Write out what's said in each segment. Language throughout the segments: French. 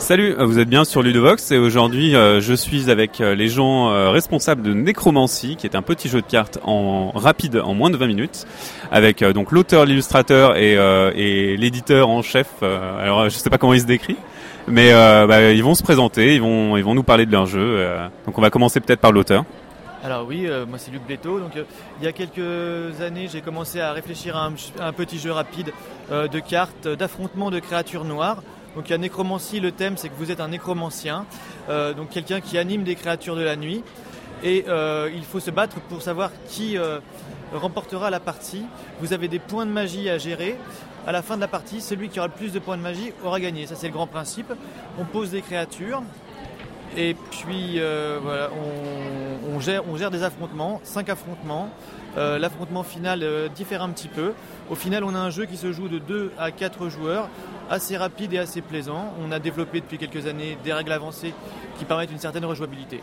Salut, vous êtes bien sur Ludovox et aujourd'hui je suis avec les gens responsables de Necromancy, qui est un petit jeu de cartes en rapide en moins de 20 minutes, avec donc l'auteur, l'illustrateur et l'éditeur en chef. Alors je sais pas comment il se décrit, mais ils vont se présenter, ils vont nous parler de leur jeu. Donc on va commencer peut-être par l'auteur. Alors oui, moi c'est Luc Bléto. Donc il y a quelques années, j'ai commencé à réfléchir à un petit jeu rapide de cartes d'affrontement de créatures noires. Donc il y a Necromancy, le thème c'est que vous êtes un nécromancien, donc quelqu'un qui anime des créatures de la nuit. Et il faut se battre pour savoir qui remportera la partie. Vous avez des points de magie à gérer. À la fin de la partie, celui qui aura le plus de points de magie aura gagné. Ça c'est le grand principe. On pose des créatures. Et puis voilà, on gère des affrontements, 5 affrontements. L'affrontement final diffère un petit peu. Au final, on a un jeu qui se joue de 2 à 4 joueurs, assez rapide et assez plaisant. On a développé depuis quelques années des règles avancées qui permettent une certaine rejouabilité.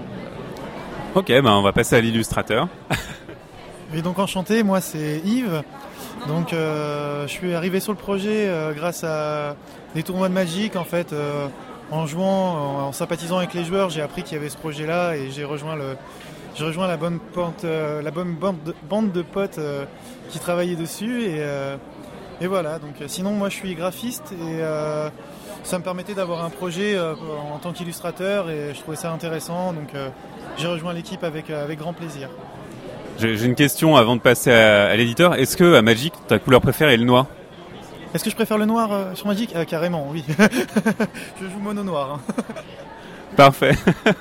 Ok, on va passer à l'illustrateur. Oui, donc enchanté, moi c'est Yves. Donc je suis arrivé sur le projet grâce à des tournois de Magic en fait. En jouant, en sympathisant avec les joueurs, j'ai appris qu'il y avait ce projet-là et j'ai rejoint la bonne bande de potes qui travaillaient dessus et voilà. Donc sinon moi je suis graphiste et ça me permettait d'avoir un projet en tant qu'illustrateur et je trouvais ça intéressant. Donc j'ai rejoint l'équipe avec grand plaisir. J'ai une question avant de passer à l'éditeur. Est-ce que à Magic ta couleur préférée est le noir? Est-ce que je préfère le noir sur Magic ? Carrément, oui. Je joue mono noir. Hein. Parfait.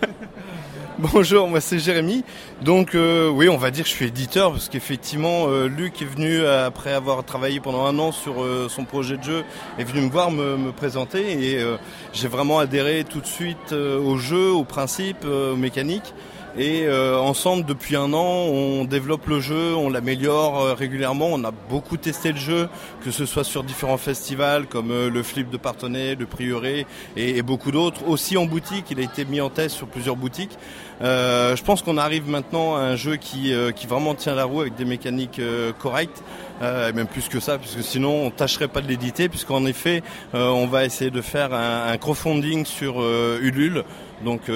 Bonjour, moi c'est Jérémy. Donc oui, on va dire que je suis éditeur parce qu'effectivement Luc est venu après avoir travaillé pendant un an sur son projet de jeu, est venu me voir me présenter et j'ai vraiment adhéré tout de suite au jeu, aux principes, aux mécaniques. Et ensemble, depuis un an, on développe le jeu, on l'améliore régulièrement. On a beaucoup testé le jeu, que ce soit sur différents festivals comme le Flip de Parthenay, le Prieuré et beaucoup d'autres. Aussi en boutique, il a été mis en test sur plusieurs boutiques. Je pense qu'on arrive maintenant à un jeu qui vraiment tient la roue avec des mécaniques correctes. Et même plus que ça, puisque sinon on tâcherait pas de l'éditer, puisqu'en effet on va essayer de faire un crowdfunding sur Ulule, donc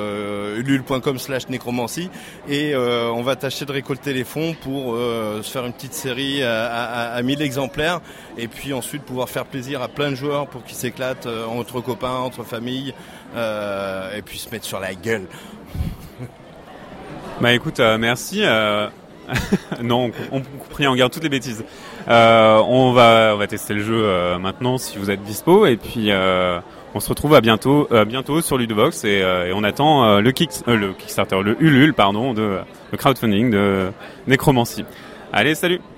ulule.com/necromancy, et on va tâcher de récolter les fonds pour se faire une petite série à 1000 exemplaires, et puis ensuite pouvoir faire plaisir à plein de joueurs pour qu'ils s'éclatent entre copains, entre familles, et puis se mettre sur la gueule. Bah écoute, merci. Non, on prie en garde toutes les bêtises. On va tester le jeu maintenant si vous êtes dispo, et puis on se retrouve à bientôt sur Ludovox et on attend le Kickstarter, le Ulule, le crowdfunding de Necromancy. Allez, salut.